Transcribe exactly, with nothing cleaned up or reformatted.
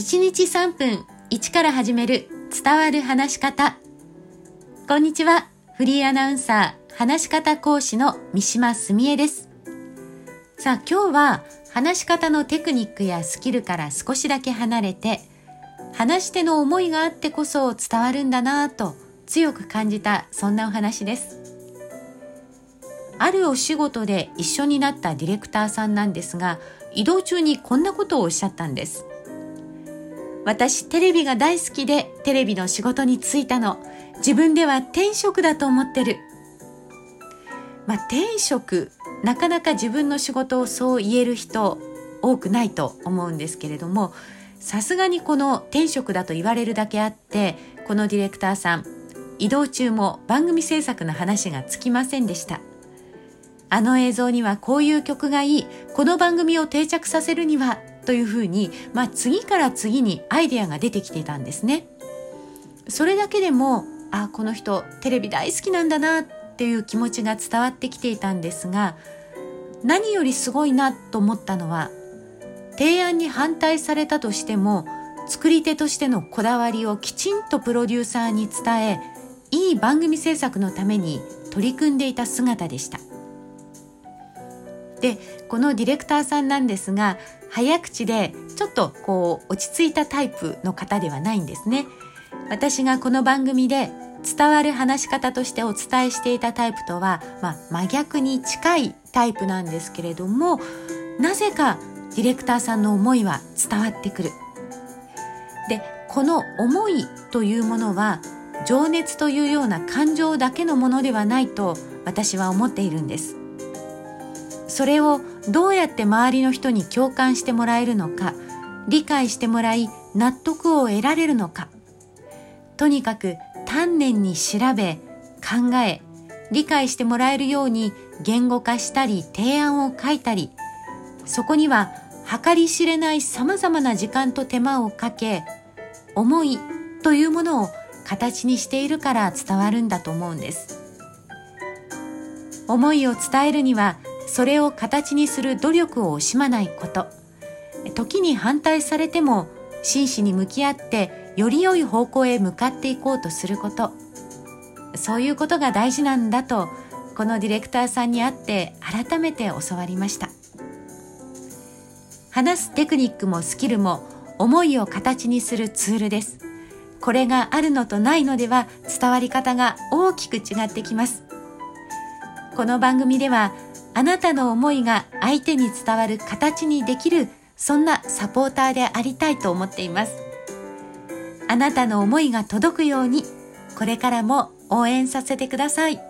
ちにちさんぷん、一から始める伝わる話し方。こんにちは。フリーアナウンサー、話し方講師の三島澄江です。さあ、今日は話し方のテクニックやスキルから少しだけ離れて、話し手の思いがあってこそ伝わるんだなぁと強く感じた、そんなお話です。あるお仕事で一緒になったディレクターさんなんですが、移動中にこんなことをおっしゃったんです。私、テレビが大好きでテレビの仕事に就いたの。自分では天職だと思ってる。まあ、天職、なかなか自分の仕事をそう言える人多くないと思うんですけれども、さすがにこの天職だと言われるだけあって、このディレクターさん、移動中も番組制作の話がつきませんでした。あの映像にはこういう曲がいい、この番組を定着させるにはというふうに、まあ、次から次にアイデアが出てきていたんですね。それだけでも、あ、この人テレビ大好きなんだなっていう気持ちが伝わってきていたんですが、何よりすごいなと思ったのは、提案に反対されたとしても、作り手としてのこだわりをきちんとプロデューサーに伝え、いい番組制作のために取り組んでいた姿でした。で、このディレクターさんなんですが、早口でちょっとこう落ち着いたタイプの方ではないんですね。私がこの番組で伝わる話し方としてお伝えしていたタイプとは、まあ、真逆に近いタイプなんですけれども、なぜかディレクターさんの思いは伝わってくる。で、この思いというものは情熱というような感情だけのものではないと私は思っているんです。それをどうやって周りの人に共感してもらえるのか、理解してもらい納得を得られるのか、とにかく丹念に調べ、考え、理解してもらえるように言語化したり提案を書いたり、そこには計り知れないさまざまな時間と手間をかけ、思いというものを形にしているから伝わるんだと思うんです。思いを伝えるには、それを形にする努力を惜しまないこと、時に反対されても真摯に向き合ってより良い方向へ向かっていこうとすること、そういうことが大事なんだと、このディレクターさんに会って改めて教わりました。話すテクニックもスキルも思いを形にするツールです。これがあるのとないのでは伝わり方が大きく違ってきます。この番組ではあなたの思いが相手に伝わる形にできる、そんなサポーターでありたいと思っています。あなたの思いが届くように、これからも応援させてください。